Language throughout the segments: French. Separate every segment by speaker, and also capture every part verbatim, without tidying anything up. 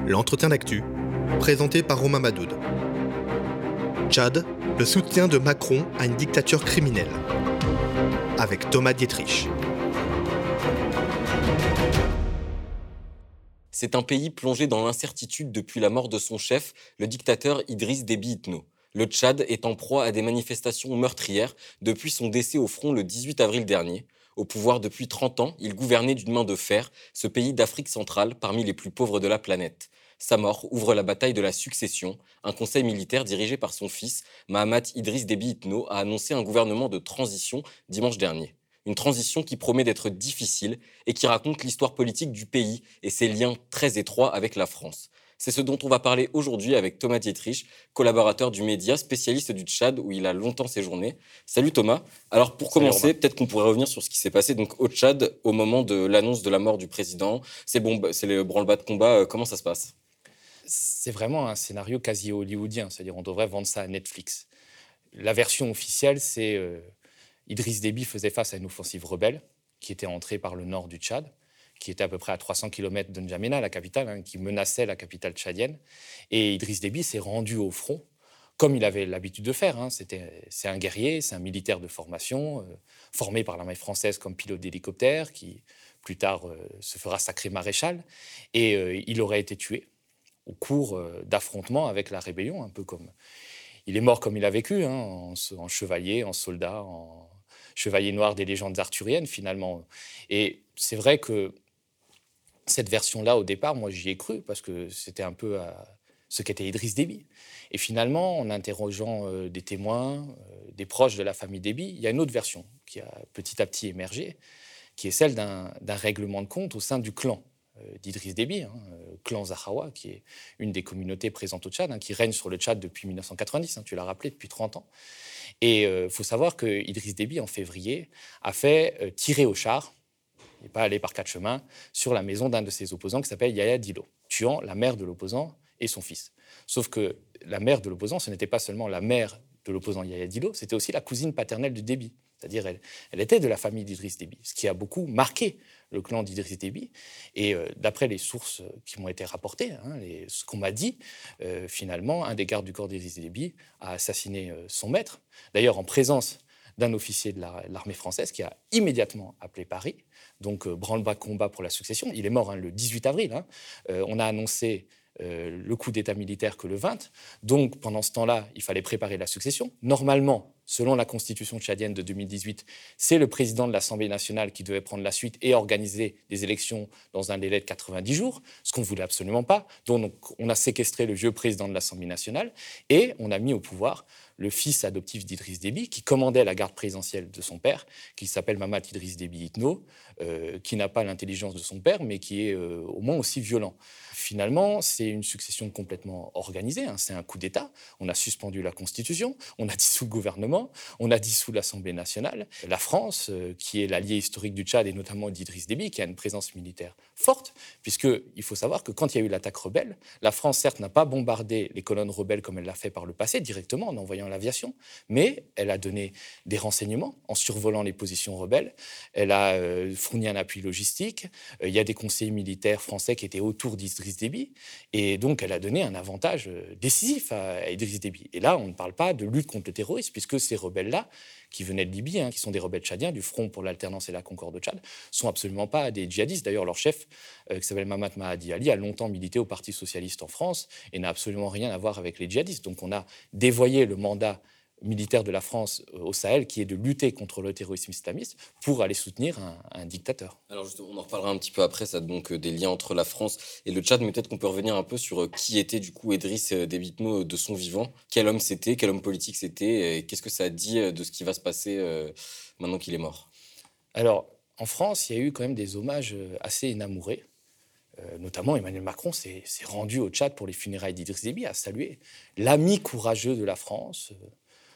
Speaker 1: L'entretien d'actu, présenté par Romain Madoud. Tchad, le soutien de Macron à une dictature criminelle. Avec Thomas Dietrich.
Speaker 2: C'est un pays plongé dans l'incertitude depuis la mort de son chef, le dictateur Idriss Déby Itno. Le Tchad est en proie à des manifestations meurtrières depuis son décès au front le dix-huit avril dernier. Au pouvoir depuis trente ans, il gouvernait d'une main de fer ce pays d'Afrique centrale parmi les plus pauvres de la planète. Sa mort ouvre la bataille de la succession. Un conseil militaire dirigé par son fils, Mahamat Idriss Déby Itno, a annoncé un gouvernement de transition dimanche dernier. Une transition qui promet d'être difficile et qui raconte l'histoire politique du pays et ses liens très étroits avec la France. C'est ce dont on va parler aujourd'hui avec Thomas Dietrich, collaborateur du média, spécialiste du Tchad où il a longtemps séjourné. Salut Thomas. Alors pour
Speaker 3: Salut
Speaker 2: commencer,
Speaker 3: Romain.
Speaker 2: peut-être qu'on pourrait revenir sur ce qui s'est passé donc au Tchad au moment de l'annonce de la mort du président. C'est bon, c'est le branle-bas de combat. Comment ça se passe ?
Speaker 3: C'est vraiment un scénario quasi hollywoodien, c'est-à-dire on devrait vendre ça à Netflix. La version officielle, c'est euh, Idriss Déby faisait face à une offensive rebelle qui était entrée par le nord du Tchad, qui était à peu près à trois cents kilomètres de N'Djamena, la capitale, hein, qui menaçait la capitale tchadienne. Et Idriss Déby s'est rendu au front, comme il avait l'habitude de faire. Hein. C'était, c'est un guerrier, c'est un militaire de formation, euh, formé par l'armée française comme pilote d'hélicoptère, qui plus tard euh, se fera sacré maréchal. Et euh, il aurait été tué au cours euh, d'affrontements avec la rébellion, un peu comme... Il est mort comme il a vécu, hein, en, en chevalier, en soldat, en chevalier noir des légendes arthuriennes, finalement. Et c'est vrai que cette version-là, au départ, moi, j'y ai cru, parce que c'était un peu à ce qu'était Idriss Déby. Et finalement, en interrogeant euh, des témoins, euh, des proches de la famille Déby, il y a une autre version qui a petit à petit émergé, qui est celle d'un, d'un règlement de compte au sein du clan euh, d'Idriss Déby, hein, euh, clan Zahawa, qui est une des communautés présentes au Tchad, hein, qui règne sur le Tchad depuis dix-neuf cent quatre-vingt-dix, hein, tu l'as rappelé, depuis trente ans. Et il euh, faut savoir que Idriss Déby, en février, a fait euh, tirer au char, il n'est pas allé par quatre chemins, sur la maison d'un de ses opposants qui s'appelle Yahya Dillo, tuant la mère de l'opposant et son fils. Sauf que la mère de l'opposant, ce n'était pas seulement la mère de l'opposant Yahya Dillo, c'était aussi la cousine paternelle de Déby. C'est-à-dire elle, elle était de la famille d'Idriss Déby, ce qui a beaucoup marqué le clan d'Idriss Déby. Et euh, d'après les sources qui m'ont été rapportées, hein, les, ce qu'on m'a dit, euh, finalement, un des gardes du corps d'Idriss Déby a assassiné euh, son maître, d'ailleurs en présence d'un officier de la, l'armée française qui a immédiatement appelé Paris, donc euh, branle-bas combat pour la succession. Il est mort hein, le dix-huit avril. Hein. Euh, on a annoncé euh, le coup d'état militaire que le vingt. Donc, pendant ce temps-là, il fallait préparer la succession. Normalement, selon la constitution tchadienne de deux mille dix-huit, c'est le président de l'Assemblée nationale qui devait prendre la suite et organiser des élections dans un délai de quatre-vingt-dix jours, ce qu'on ne voulait absolument pas. Donc, on a séquestré le vieux président de l'Assemblée nationale et on a mis au pouvoir le fils adoptif d'Idriss Déby, qui commandait la garde présidentielle de son père, qui s'appelle Mahamat Idriss Déby Itno, euh, qui n'a pas l'intelligence de son père, mais qui est euh, au moins aussi violent. Finalement, c'est une succession complètement organisée, hein, c'est un coup d'État. On a suspendu la Constitution, on a dissous le gouvernement, on a dissous l'Assemblée nationale. La France, euh, qui est l'allié historique du Tchad, et notamment d'Idriss Déby, qui a une présence militaire forte, puisqu'il faut savoir que quand il y a eu l'attaque rebelle, la France, certes, n'a pas bombardé les colonnes rebelles comme elle l'a fait par le passé, directement, en envoyant l'aviation, mais elle a donné des renseignements en survolant les positions rebelles, elle a euh, fourni un appui logistique, euh, il y a des conseillers militaires français qui étaient autour d'Idriss Déby, et donc elle a donné un avantage euh, décisif à, à Idriss Déby. Et là, on ne parle pas de lutte contre le terrorisme, puisque ces rebelles-là, qui venaient de Libye, hein, qui sont des rebelles tchadiens, du Front pour l'alternance et la concorde au Tchad, sont absolument pas des djihadistes. D'ailleurs, leur chef, euh, qui s'appelle Mahamat Mahdi Ali, a longtemps milité au Parti socialiste en France et n'a absolument rien à voir avec les djihadistes. Donc on a dévoyé le mandat militaire de la France au Sahel, qui est de lutter contre le terrorisme islamiste, pour aller soutenir un, un dictateur.
Speaker 2: Alors justement, on en reparlera un petit peu après, ça donc euh, des liens entre la France et le Tchad, mais peut-être qu'on peut revenir un peu sur euh, qui était du coup Idriss euh, Déby Itno euh, de son vivant, quel homme c'était, quel homme politique c'était, et qu'est-ce que ça dit euh, de ce qui va se passer euh, maintenant qu'il est mort.
Speaker 3: Alors, en France, il y a eu quand même des hommages euh, assez énamourés. Euh, notamment, Emmanuel Macron s'est, s'est rendu au Tchad pour les funérailles d'Idriss Déby, a salué l'ami courageux de la France, euh,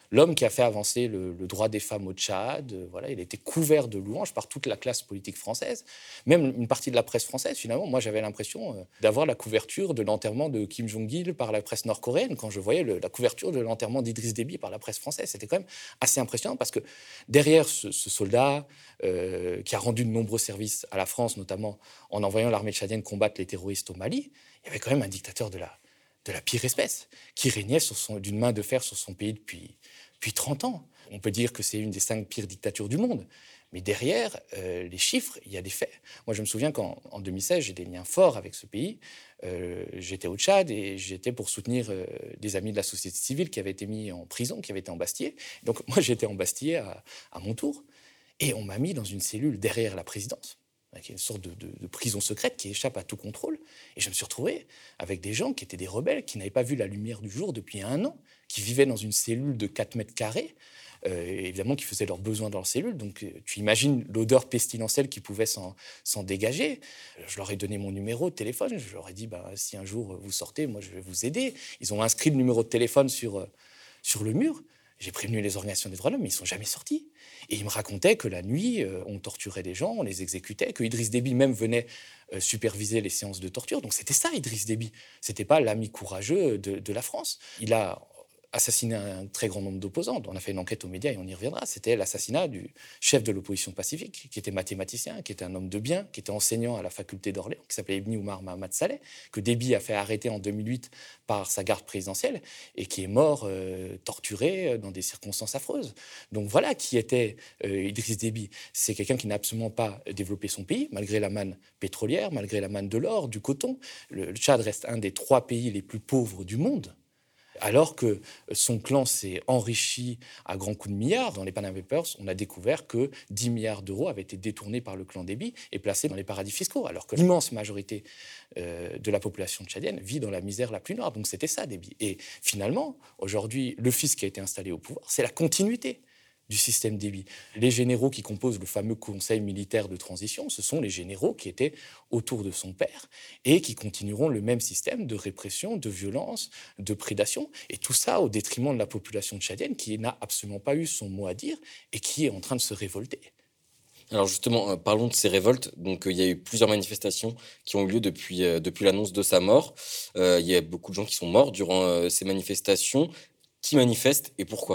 Speaker 3: l'homme qui a fait avancer le, le droit des femmes au Tchad. Euh, voilà, il a été couvert de louanges par toute la classe politique française, même une partie de la presse française. Finalement, moi, j'avais l'impression euh, d'avoir la couverture de l'enterrement de Kim Jong-il par la presse nord-coréenne quand je voyais le, la couverture de l'enterrement d'Idriss Déby par la presse française. C'était quand même assez impressionnant parce que derrière ce, ce soldat euh, qui a rendu de nombreux services à la France, notamment en envoyant l'armée tchadienne combattre les terroristes au Mali, il y avait quand même un dictateur de la, de la pire espèce qui régnait sur son, d'une main de fer sur son pays depuis, depuis trente ans. On peut dire que c'est une des cinq pires dictatures du monde. Mais derrière euh, les chiffres, il y a des faits. Moi, je me souviens qu'en en deux mille seize, j'ai des liens forts avec ce pays. Euh, j'étais au Tchad et j'étais pour soutenir euh, des amis de la société civile qui avaient été mis en prison, qui avaient été embastillés. Donc moi, j'étais embastillé à, à mon tour. Et on m'a mis dans une cellule derrière la présidence, qui est une sorte de, de, de prison secrète qui échappe à tout contrôle. Et je me suis retrouvé avec des gens qui étaient des rebelles, qui n'avaient pas vu la lumière du jour depuis un an, qui vivaient dans une cellule de quatre mètres carrés, euh, évidemment qui faisaient leurs besoins dans leur cellule. Donc tu imagines l'odeur pestilentielle qui pouvait s'en, s'en dégager. Je leur ai donné mon numéro de téléphone. Je leur ai dit, bah, si un jour vous sortez, moi je vais vous aider. Ils ont inscrit le numéro de téléphone sur, sur le mur. J'ai prévenu les organisations des droits de l'homme, mais ils ne sont jamais sortis. Et ils me racontaient que la nuit, euh, on torturait des gens, on les exécutait, que Idriss Déby même venait euh, superviser les séances de torture. Donc c'était ça, Idriss Déby. Ce n'était pas l'ami courageux de, de la France. Il a assassiné un très grand nombre d'opposants. On a fait une enquête aux médias et on y reviendra. C'était l'assassinat du chef de l'opposition pacifique, qui était mathématicien, qui était un homme de bien, qui était enseignant à la faculté d'Orléans, qui s'appelait Ibn Oumar Mahamat Saleh, que Déby a fait arrêter en deux mille huit par sa garde présidentielle et qui est mort euh, torturé dans des circonstances affreuses. Donc voilà qui était euh, Idriss Déby. C'est quelqu'un qui n'a absolument pas développé son pays, malgré la manne pétrolière, malgré la manne de l'or, du coton. Le, le Tchad reste un des trois pays les plus pauvres du monde, alors que son clan s'est enrichi à grands coups de milliards. Dans les Panama Papers, on a découvert que dix milliards d'euros avaient été détournés par le clan Déby et placés dans les paradis fiscaux, alors que l'immense majorité euh, de la population tchadienne vit dans la misère la plus noire. Donc c'était ça, Déby. Et finalement, aujourd'hui, le fils qui a été installé au pouvoir, c'est la continuité du système Déby. Les généraux qui composent le fameux conseil militaire de transition, ce sont les généraux qui étaient autour de son père et qui continueront le même système de répression, de violence, de prédation, et tout ça au détriment de la population tchadienne qui n'a absolument pas eu son mot à dire et qui est en train de se révolter.
Speaker 2: Alors justement, euh, parlons de ces révoltes. Donc euh, il y a eu plusieurs manifestations qui ont eu lieu depuis, euh, depuis l'annonce de sa mort. Euh, il y a beaucoup de gens qui sont morts durant euh, ces manifestations. Qui manifestent et pourquoi ?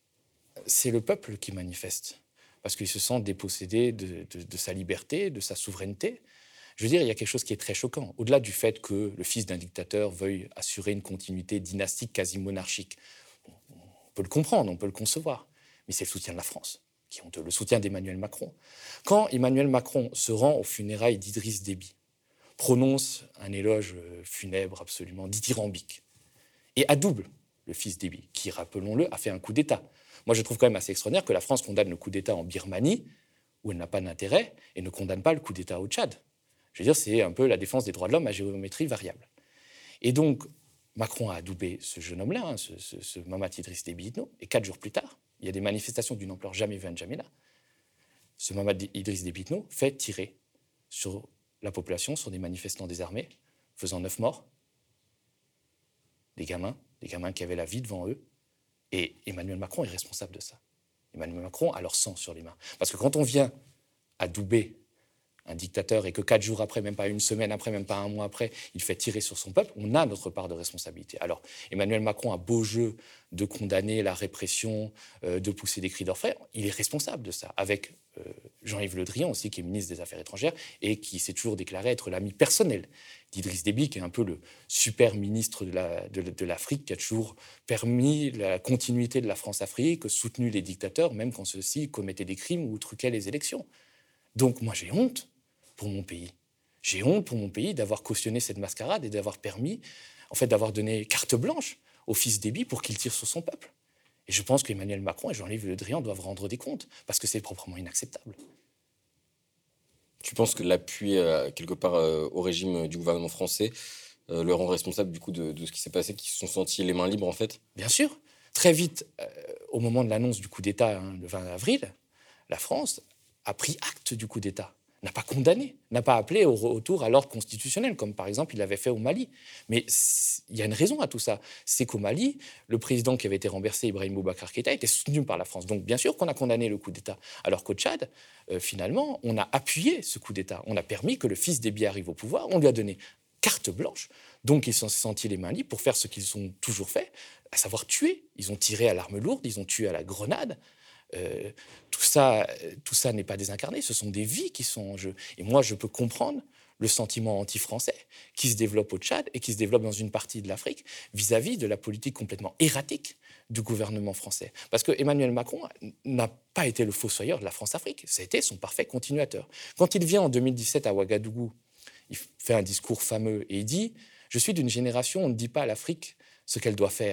Speaker 3: C'est le peuple qui manifeste, parce qu'il se sent dépossédé de, de, de sa liberté, de sa souveraineté. Je veux dire, il y a quelque chose qui est très choquant. Au-delà du fait que le fils d'un dictateur veuille assurer une continuité dynastique quasi monarchique, on peut le comprendre, on peut le concevoir, mais c'est le soutien de la France, qui ont le soutien d'Emmanuel Macron. Quand Emmanuel Macron se rend aux funérailles d'Idriss Déby, prononce un éloge funèbre absolument dithyrambique, et addouble le fils Déby, qui, rappelons-le, a fait un coup d'État. Moi, je trouve quand même assez extraordinaire que la France condamne le coup d'État en Birmanie, où elle n'a pas d'intérêt, et ne condamne pas le coup d'État au Tchad. Je veux dire, c'est un peu la défense des droits de l'homme à géométrie variable. Et donc, Macron a adoubé ce jeune homme-là, hein, ce, ce, ce Mahamat Idriss Déby Itno, et quatre jours plus tard, il y a des manifestations d'une ampleur jamais vue à N'Djamena. Ce Mahamat Idriss Déby Itno fait tirer sur la population, sur des manifestants désarmés, faisant neuf morts, des gamins, des gamins qui avaient la vie devant eux. Et Emmanuel Macron est responsable de ça. Emmanuel Macron a leur sang sur les mains. Parce que quand on vient adouber un dictateur et que quatre jours après, même pas une semaine après, même pas un mois après, il fait tirer sur son peuple, on a notre part de responsabilité. Alors, Emmanuel Macron a beau jeu de condamner la répression, euh, de pousser des cris d'orfraie. Il est responsable de ça, avec euh, Jean-Yves Le Drian aussi, qui est ministre des Affaires étrangères et qui s'est toujours déclaré être l'ami personnel d'Idriss Déby, qui est un peu le super ministre de, la, de, de l'Afrique, qui a toujours permis la continuité de la France-Afrique, soutenu les dictateurs, même quand ceux-ci commettaient des crimes ou truquaient les élections. Donc moi, j'ai honte pour mon pays. J'ai honte pour mon pays d'avoir cautionné cette mascarade et d'avoir permis, en fait, d'avoir donné carte blanche au fils Déby pour qu'il tire sur son peuple. Et je pense qu'Emmanuel Macron et Jean-Yves Le Drian doivent rendre des comptes, parce que c'est proprement inacceptable.
Speaker 2: Tu penses que l'appui, euh, quelque part, euh, au régime du gouvernement français euh, le rend responsable, du coup, de, de ce qui s'est passé, qu'ils se sont sentis les mains libres, en fait ?
Speaker 3: Bien sûr. Très vite, euh, au moment de l'annonce du coup d'État, hein, le vingt avril, la France a pris acte du coup d'État. n'a pas condamné, n'a pas appelé au retour à l'ordre constitutionnel, comme par exemple il l'avait fait au Mali. Mais il y a une raison à tout ça. C'est qu'au Mali, le président qui avait été renversé, Ibrahim Boubacar Keïta, était soutenu par la France. Donc bien sûr qu'on a condamné le coup d'État. Alors qu'au Tchad, euh, finalement, on a appuyé ce coup d'État. On a permis que le fils d'Ébi arrive au pouvoir. On lui a donné carte blanche. Donc ils se sont sentis les mains libres pour faire ce qu'ils ont toujours fait, à savoir tuer. Ils ont tiré à l'arme lourde, ils ont tué à la grenade. Euh, tout ça, tout ça n'est pas désincarné, ce sont des vies qui sont en jeu. Et moi, je peux comprendre le sentiment anti-français qui se développe au Tchad et qui se développe dans une partie de l'Afrique vis-à-vis de la politique complètement erratique du gouvernement français. Parce que Emmanuel Macron n'a pas été le fossoyeur de la France-Afrique, ça a été son parfait continuateur. Quand il vient en deux mille dix-sept à Ouagadougou, il fait un discours fameux et il dit « Je suis d'une génération, on ne dit pas à l'Afrique ce qu'elle doit faire ».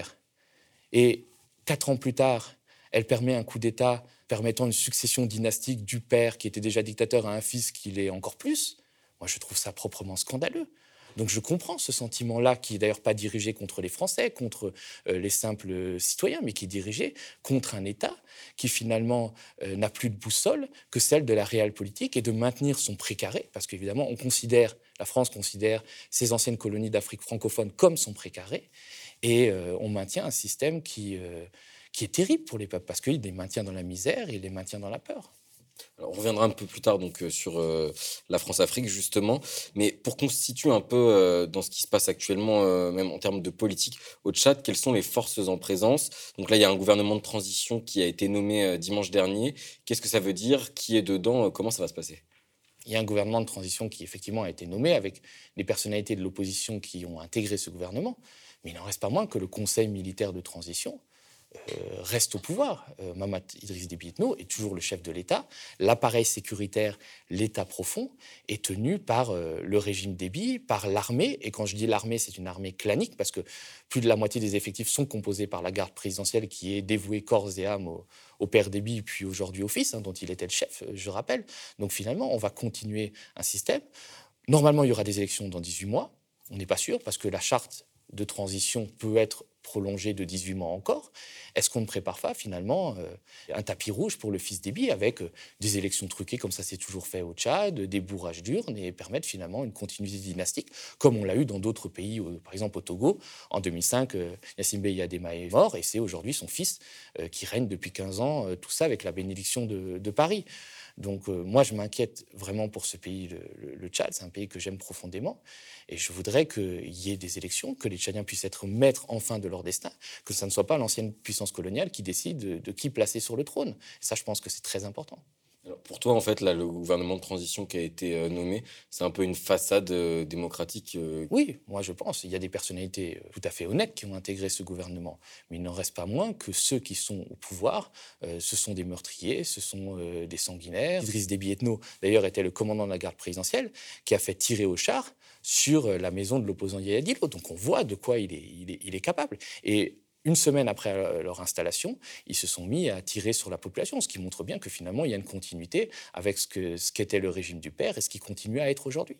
Speaker 3: Et quatre ans plus tard, elle permet un coup d'État permettant une succession dynastique du père qui était déjà dictateur à un fils qui l'est encore plus. Moi, je trouve ça proprement scandaleux. Donc je comprends ce sentiment-là, qui n'est d'ailleurs pas dirigé contre les Français, contre euh, les simples citoyens, mais qui est dirigé contre un État qui finalement euh, n'a plus de boussole que celle de la réelle politique et de maintenir son précaré, parce qu'évidemment, on considère, la France considère ses anciennes colonies d'Afrique francophone comme son précaré, et euh, on maintient un système qui... Euh, qui est terrible pour les peuples, parce qu'il les maintient dans la misère et il les maintient dans la peur.
Speaker 2: Alors, on reviendra un peu plus tard donc, euh, sur euh, la France-Afrique, justement. Mais pour constituer un peu euh, dans ce qui se passe actuellement, euh, même en termes de politique, au Tchad, quelles sont les forces en présence? Donc là, il y a un gouvernement de transition qui a été nommé euh, dimanche dernier. Qu'est-ce que ça veut dire? Qui est dedans? Comment ça va se passer?
Speaker 3: Il y a un gouvernement de transition qui, effectivement, a été nommé avec les personnalités de l'opposition qui ont intégré ce gouvernement. Mais il n'en reste pas moins que le Conseil militaire de transition Euh, reste au pouvoir. Euh, Mahamat Idriss Déby Itno est toujours le chef de l'État. L'appareil sécuritaire, l'État profond, est tenu par euh, le régime Déby, par l'armée. Et quand je dis l'armée, c'est une armée clanique, parce que plus de la moitié des effectifs sont composés par la garde présidentielle, qui est dévouée corps et âme au, au père Déby, puis aujourd'hui au fils, hein, dont il était le chef, je rappelle. Donc finalement, on va continuer un système. Normalement, il y aura des élections dans dix-huit mois. On n'est pas sûr, parce que la charte de transition peut être prolongée de dix-huit mois encore. Est-ce qu'on ne prépare pas finalement euh, un tapis rouge pour le fils Déby avec euh, des élections truquées comme ça s'est toujours fait au Tchad, des bourrages d'urnes et permettre finalement une continuité dynastique comme on l'a eu dans d'autres pays, euh, par exemple au Togo. En deux mille cinq, euh, Yassine Bey Adema est mort et c'est aujourd'hui son fils euh, qui règne depuis quinze ans, euh, tout ça avec la bénédiction de, de Paris. Donc euh, moi, je m'inquiète vraiment pour ce pays, le, le, le Tchad. C'est un pays que j'aime profondément. Et je voudrais qu'il y ait des élections, que les Tchadiens puissent être maîtres enfin de leur destin, que ça ne soit pas l'ancienne puissance coloniale qui décide de, de qui placer sur le trône. Et ça, je pense que c'est très important.
Speaker 2: Alors, pour toi, en fait, là, le gouvernement de transition qui a été euh, nommé, c'est un peu une façade euh, démocratique euh...
Speaker 3: Oui, moi je pense. Il y a des personnalités euh, tout à fait honnêtes qui ont intégré ce gouvernement. Mais il n'en reste pas moins que ceux qui sont au pouvoir, euh, ce sont des meurtriers, ce sont euh, des sanguinaires. Idriss Déby Itno, d'ailleurs, était le commandant de la garde présidentielle qui a fait tirer au char sur euh, la maison de l'opposant Yaya Dillo. Donc on voit de quoi il est, il est, il est capable. Et une semaine après leur installation, ils se sont mis à tirer sur la population, ce qui montre bien que finalement, il y a une continuité avec ce, que, ce qu'était le régime du père et ce qui continue à être aujourd'hui.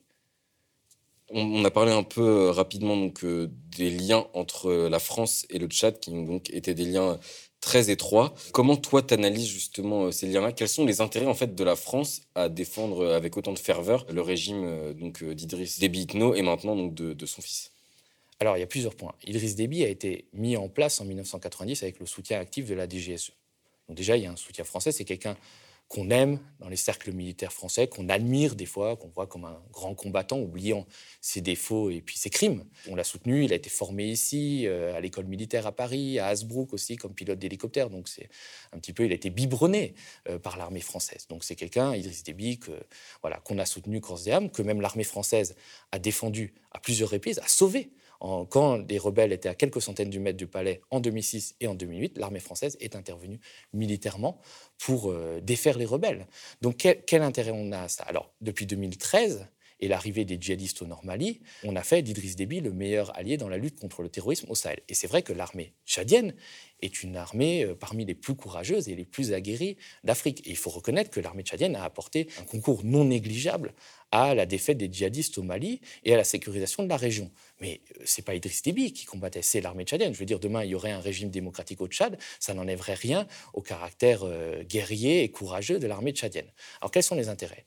Speaker 2: On a parlé un peu rapidement donc, euh, des liens entre la France et le Tchad, qui donc, étaient des liens très étroits. Comment toi, tu analyses justement ces liens-là? Quels sont les intérêts en fait, de la France à défendre avec autant de ferveur le régime euh, donc, d'Idriss Déby Itno et maintenant donc, de, de son fils?
Speaker 3: Alors, il y a plusieurs points. Idriss Déby a été mis en place en dix-neuf cent quatre-vingt-dix avec le soutien actif de la D G S E. Donc déjà, il y a un soutien français. C'est quelqu'un qu'on aime dans les cercles militaires français, qu'on admire des fois, qu'on voit comme un grand combattant, oubliant ses défauts et puis ses crimes. On l'a soutenu, il a été formé ici, euh, à l'école militaire à Paris, à Hasbrook aussi, comme pilote d'hélicoptère. Donc c'est un petit peu, il a été biberonné euh, par l'armée française. Donc c'est quelqu'un, Idriss Déby, que, voilà, qu'on a soutenu corps et âme, que même l'armée française a défendu à plusieurs reprises, a sauvé. En, quand les rebelles étaient à quelques centaines du mètre du palais en deux mille six et en deux mille huit, l'armée française est intervenue militairement pour euh, défaire les rebelles. Donc quel, quel intérêt on a à ça? Alors, depuis deux mille treize et l'arrivée des djihadistes au Nord Mali, on a fait d'Idriss Déby le meilleur allié dans la lutte contre le terrorisme au Sahel. Et c'est vrai que l'armée tchadienne est une armée euh, parmi les plus courageuses et les plus aguerries d'Afrique. Et il faut reconnaître que l'armée tchadienne a apporté un concours non négligeable à la défaite des djihadistes au Mali et à la sécurisation de la région. Mais ce n'est pas Idriss Déby qui combattait, c'est l'armée tchadienne. Je veux dire, demain, il y aurait un régime démocratique au Tchad, ça n'enlèverait rien au caractère euh, guerrier et courageux de l'armée tchadienne. Alors, quels sont les intérêts?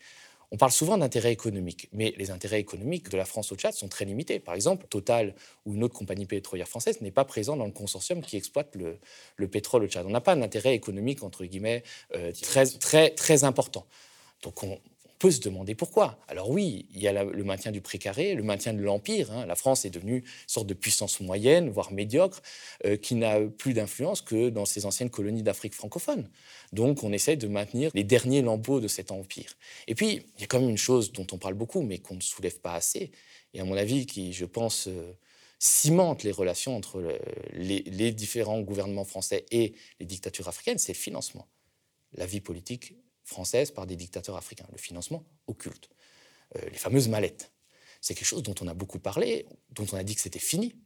Speaker 3: On parle souvent d'intérêts économiques, mais les intérêts économiques de la France au Tchad sont très limités. Par exemple, Total ou une autre compagnie pétrolière française n'est pas présent dans le consortium qui exploite le, le pétrole au Tchad. On n'a pas un intérêt économique, entre guillemets, euh, très, très, très important. Donc on, on peut se demander pourquoi. Alors oui, il y a la, le maintien du précaré, le maintien de l'empire. Hein. La France est devenue une sorte de puissance moyenne, voire médiocre, euh, qui n'a plus d'influence que dans ses anciennes colonies d'Afrique francophone. Donc on essaie de maintenir les derniers lambeaux de cet empire. Et puis, il y a quand même une chose dont on parle beaucoup, mais qu'on ne soulève pas assez, et à mon avis, qui, je pense, euh, cimente les relations entre le, les, les différents gouvernements français et les dictatures africaines, c'est le financement. La vie politique française par des dictateurs africains, le financement occulte, euh, les fameuses mallettes. C'est quelque chose dont on a beaucoup parlé, dont on a dit que c'était fini,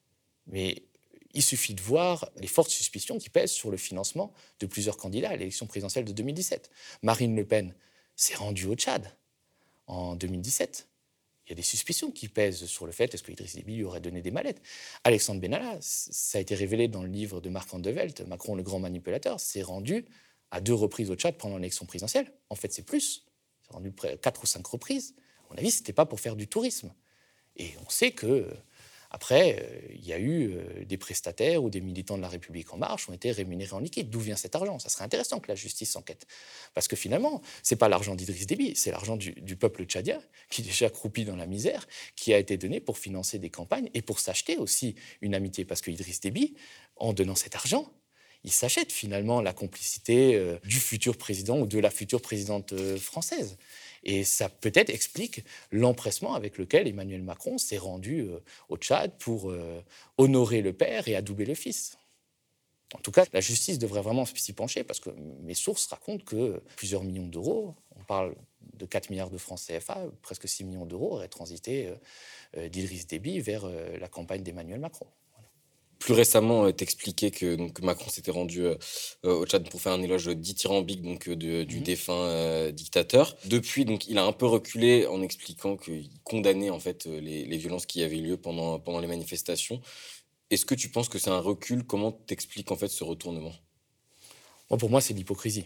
Speaker 3: mais il suffit de voir les fortes suspicions qui pèsent sur le financement de plusieurs candidats à l'élection présidentielle de deux mille dix-sept. Marine Le Pen s'est rendue au Tchad en deux mille dix-sept. Il y a des suspicions qui pèsent sur le fait est-ce que Idriss Déby lui aurait donné des mallettes. Alexandre Benalla, ça a été révélé dans le livre de Marc Andevelt, Macron le grand manipulateur, s'est rendu à deux reprises au Tchad pendant l'élection présidentielle. En fait, c'est plus. Il s'est rendu près quatre ou cinq reprises. À mon avis, ce n'était pas pour faire du tourisme. Et on sait que après, euh, il y a eu euh, des prestataires ou des militants de la République En Marche qui ont été rémunérés en liquide. D'où vient cet argent? Ça serait intéressant que la justice enquête. Parce que finalement, ce n'est pas l'argent d'Idriss Déby, c'est l'argent du, du peuple tchadien, qui est déjà croupi dans la misère, qui a été donné pour financer des campagnes et pour s'acheter aussi une amitié. Parce que Idriss Déby, en donnant cet argent, il s'achète finalement la complicité euh, du futur président ou de la future présidente euh, française. Et ça peut-être explique l'empressement avec lequel Emmanuel Macron s'est rendu euh, au Tchad pour euh, honorer le père et adouber le fils. En tout cas, la justice devrait vraiment s'y pencher parce que mes sources racontent que plusieurs millions d'euros, on parle de quatre milliards de francs C F A, presque six millions d'euros auraient transité euh, d'Idriss Déby vers euh, la campagne d'Emmanuel Macron.
Speaker 2: Plus récemment, tu expliquais que donc, Macron s'était rendu euh, au Tchad pour faire un éloge dithyrambique donc, de, du mmh. défunt euh, dictateur. Depuis, donc, il a un peu reculé en expliquant qu'il condamnait en fait, les, les violences qui avaient lieu pendant, pendant les manifestations. Est-ce que tu penses que c'est un recul? Comment t'expliques en fait, ce retournement?
Speaker 3: Bon, pour moi, c'est de l'hypocrisie.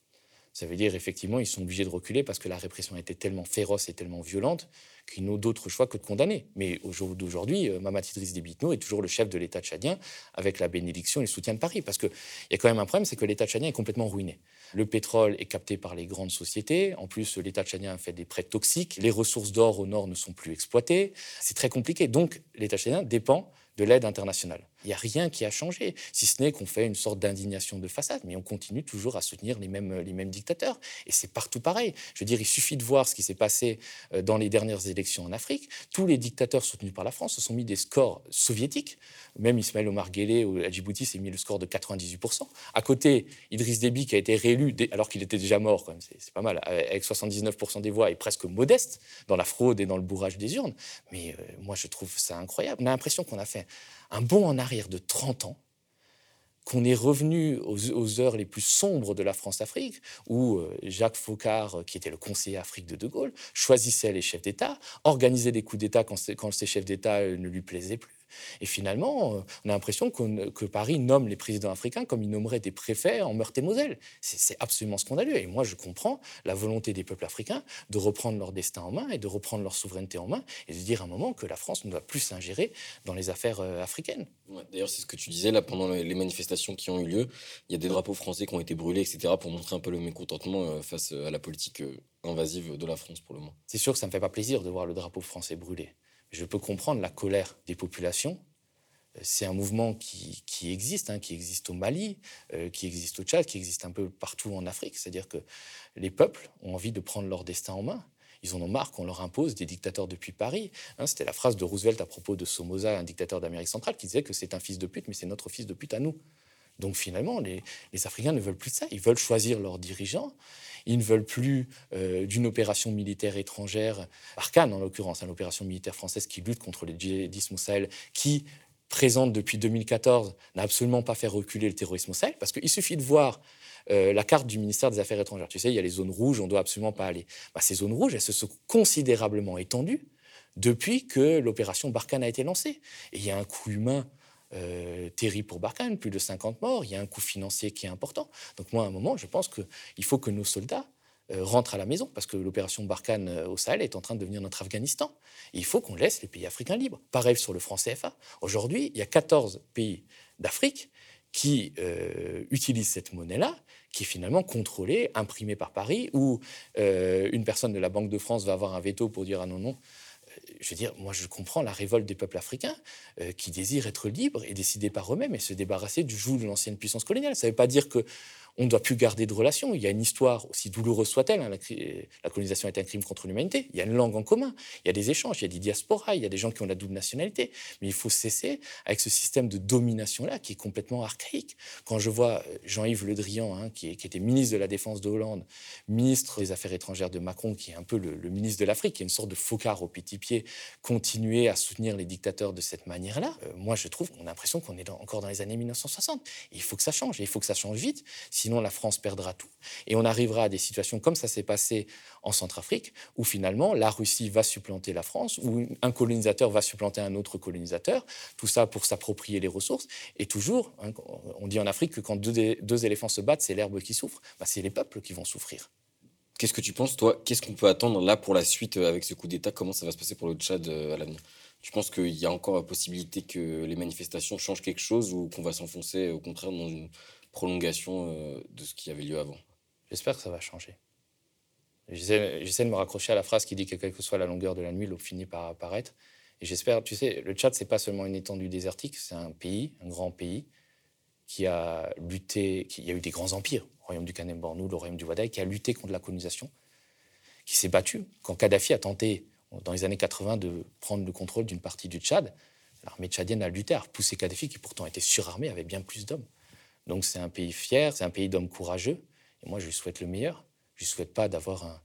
Speaker 3: Ça veut dire, effectivement, ils sont obligés de reculer parce que la répression a été tellement féroce et tellement violente qu'ils n'ont d'autre choix que de condamner. Mais au jour d'aujourd'hui, Mahamat Idriss Déby Itno est toujours le chef de l'État tchadien avec la bénédiction et le soutien de Paris. Parce qu'il y a quand même un problème, c'est que l'État tchadien est complètement ruiné. Le pétrole est capté par les grandes sociétés. En plus, l'État tchadien a fait des prêts toxiques. Les ressources d'or au nord ne sont plus exploitées. C'est très compliqué. Donc, l'État tchadien dépend de l'aide internationale. Il n'y a rien qui a changé, si ce n'est qu'on fait une sorte d'indignation de façade, mais on continue toujours à soutenir les mêmes, les mêmes dictateurs. Et c'est partout pareil. Je veux dire, il suffit de voir ce qui s'est passé dans les dernières élections en Afrique. Tous les dictateurs soutenus par la France se sont mis des scores soviétiques. Même Ismaël Omar Guelleh à Djibouti s'est mis le score de quatre-vingt-dix-huit pour cent. À côté, Idriss Déby, qui a été réélu, alors qu'il était déjà mort, quand même, c'est, c'est pas mal, avec soixante-dix-neuf pour cent des voix, est presque modeste dans la fraude et dans le bourrage des urnes. Mais euh, moi, je trouve ça incroyable. On a l'impression qu'on a fait un bond en arrière de trente ans, qu'on est revenu aux, aux heures les plus sombres de la France-Afrique, où euh, Jacques Faucard, qui était le conseiller Afrique de De Gaulle, choisissait les chefs d'État, organisait des coups d'État quand, quand ces chefs d'État euh, ne lui plaisaient plus. Et finalement, euh, on a l'impression qu'on, que Paris nomme les présidents africains comme il nommerait des préfets en Meurthe-et-Moselle. C'est, c'est absolument scandaleux. Et moi, je comprends la volonté des peuples africains de reprendre leur destin en main et de reprendre leur souveraineté en main et de dire à un moment que la France ne doit plus s'ingérer dans les affaires euh, africaines.
Speaker 2: Ouais, d'ailleurs, c'est ce que tu disais là pendant les manifestations qui ont eu lieu. Il y a des drapeaux français qui ont été brûlés, et cetera, pour montrer un peu le mécontentement euh, face à la politique euh, invasive de la France pour le moment.
Speaker 3: C'est sûr que ça ne me fait pas plaisir de voir le drapeau français brûlé. Je peux comprendre la colère des populations. C'est un mouvement qui, qui existe, hein, qui existe au Mali, euh, qui existe au Tchad, qui existe un peu partout en Afrique. C'est-à-dire que les peuples ont envie de prendre leur destin en main. Ils en ont marre qu'on leur impose des dictateurs depuis Paris. Hein, c'était la phrase de Roosevelt à propos de Somoza, un dictateur d'Amérique centrale, qui disait que c'est un fils de pute, mais c'est notre fils de pute à nous. Donc finalement, les, les Africains ne veulent plus de ça. Ils veulent choisir leurs dirigeants. Ils ne veulent plus euh, d'une opération militaire étrangère, Barkhane en l'occurrence, hein, l'opération militaire française qui lutte contre le djihadisme au Sahel, qui, présente depuis deux mille quatorze, n'a absolument pas fait reculer le terrorisme au Sahel, parce qu'il suffit de voir euh, la carte du ministère des Affaires étrangères. Tu sais, il y a les zones rouges, on ne doit absolument pas aller. Bah, ces zones rouges, elles se sont considérablement étendues depuis que l'opération Barkhane a été lancée. Et il y a un coût humain Euh, terrible pour Barkhane, plus de cinquante morts, il y a un coût financier qui est important. Donc moi, à un moment, je pense qu'il faut que nos soldats euh, rentrent à la maison, parce que l'opération Barkhane euh, au Sahel est en train de devenir notre Afghanistan. Et il faut qu'on laisse les pays africains libres. Pareil sur le franc C F A. Aujourd'hui, il y a quatorze pays d'Afrique qui euh, utilisent cette monnaie-là, qui est finalement contrôlée, imprimée par Paris, où euh, une personne de la Banque de France va avoir un veto pour dire « ah non, non ». Je veux dire, moi, je comprends la révolte des peuples africains euh, qui désirent être libres et décider par eux-mêmes et se débarrasser du joug de l'ancienne puissance coloniale. Ça ne veut pas dire qu'on ne doit plus garder de relations. Il y a une histoire, aussi douloureuse soit-elle, hein, la, la colonisation est un crime contre l'humanité. Il y a une langue en commun, il y a des échanges, il y a des diasporas, il y a des gens qui ont la double nationalité. Mais il faut cesser avec ce système de domination-là qui est complètement archaïque. Quand je vois Jean-Yves Le Drian, hein, qui, est, qui était ministre de la Défense de Hollande, ministre des Affaires étrangères de Macron, qui est un peu le, le ministre de l'Afrique, qui est une sorte de focard au petit pied, continuer à soutenir les dictateurs de cette manière-là, euh, moi, je trouve qu'on a l'impression qu'on est dans, encore dans les années mille neuf cent soixante. Et il faut que ça change, et il faut que ça change vite, sinon la France perdra tout. Et on arrivera à des situations comme ça s'est passé en Centrafrique, où finalement la Russie va supplanter la France, où un colonisateur va supplanter un autre colonisateur, tout ça pour s'approprier les ressources. Et toujours, hein, on dit en Afrique que quand deux, deux éléphants se battent, c'est l'herbe qui souffre. Ben, c'est les peuples qui vont souffrir.
Speaker 2: Qu'est-ce que tu penses, toi? Qu'est-ce qu'on peut attendre là pour la suite avec ce coup d'État? Comment ça va se passer pour le Tchad à l'avenir? Tu penses qu'il y a encore la possibilité que les manifestations changent quelque chose ou qu'on va s'enfoncer au contraire dans une prolongation de ce qui avait lieu avant?
Speaker 3: J'espère que ça va changer. J'essaie, j'essaie de me raccrocher à la phrase qui dit que quelle que soit la longueur de la nuit, l'aube finit par apparaître. Et j'espère, tu sais, le Tchad, c'est pas seulement une étendue désertique, c'est un pays, un grand pays, qui a lutté, qui, il y a eu des grands empires, le royaume du Kanem-Bornou, le royaume du Wadaï, qui a lutté contre la colonisation, qui s'est battu. Quand Kadhafi a tenté, dans les années quatre-vingts, de prendre le contrôle d'une partie du Tchad, l'armée tchadienne a lutté, a repoussé Kadhafi, qui pourtant était surarmé, avait bien plus d'hommes. Donc c'est un pays fier, c'est un pays d'hommes courageux, et moi je lui souhaite le meilleur. Je ne lui souhaite pas d'avoir un,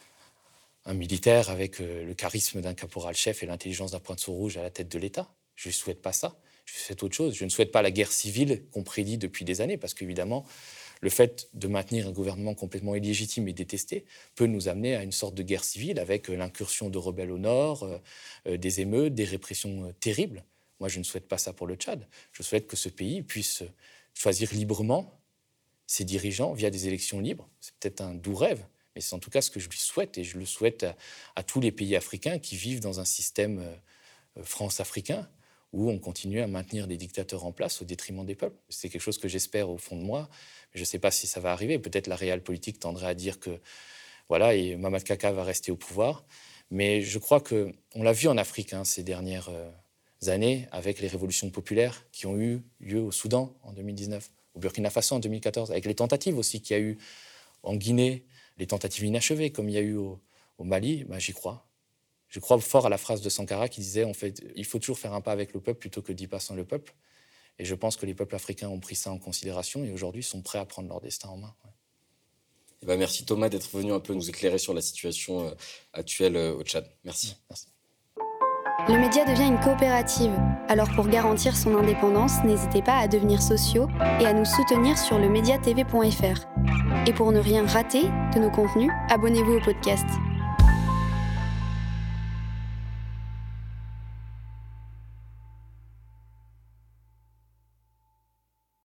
Speaker 3: un militaire avec euh, le charisme d'un caporal-chef et l'intelligence d'un poinçon rouge à la tête de l'État. Je ne lui souhaite pas ça. Je lui souhaite autre chose. Je ne souhaite pas la guerre civile qu'on prédit depuis des années, parce qu'évidemment, le fait de maintenir un gouvernement complètement illégitime et détesté peut nous amener à une sorte de guerre civile avec l'incursion de rebelles au nord, euh, des émeutes, des répressions euh, terribles. Moi, je ne souhaite pas ça pour le Tchad. Je souhaite que ce pays puisse choisir librement ses dirigeants via des élections libres. C'est peut-être un doux rêve, mais c'est en tout cas ce que je lui souhaite, et je le souhaite à, à tous les pays africains qui vivent dans un système euh, france-africain où on continue à maintenir des dictateurs en place au détriment des peuples. C'est quelque chose que j'espère au fond de moi, mais je ne sais pas si ça va arriver. Peut-être la réelle politique tendrait à dire que voilà, et Mamad Kaka va rester au pouvoir, mais je crois qu'on l'a vu en Afrique hein, ces dernières euh, années avec les révolutions populaires qui ont eu lieu au Soudan en deux mille dix-neuf, au Burkina Faso en deux mille quatorze, avec les tentatives aussi qu'il y a eu en Guinée, les tentatives inachevées comme il y a eu au, au Mali, ben j'y crois. Je crois fort à la phrase de Sankara qui disait en fait, il faut toujours faire un pas avec le peuple plutôt que dix pas sans le peuple. Et je pense que les peuples africains ont pris ça en considération et aujourd'hui sont prêts à prendre leur destin en main. Ouais.
Speaker 2: Et ben merci Thomas d'être venu un peu nous éclairer sur la situation euh, actuelle euh, au Tchad. Merci.
Speaker 3: Merci.
Speaker 4: Le média devient une coopérative. Alors pour garantir son indépendance, n'hésitez pas à devenir sociaux et à nous soutenir sur le média t v point f r. Et pour ne rien rater de nos contenus, abonnez-vous au podcast.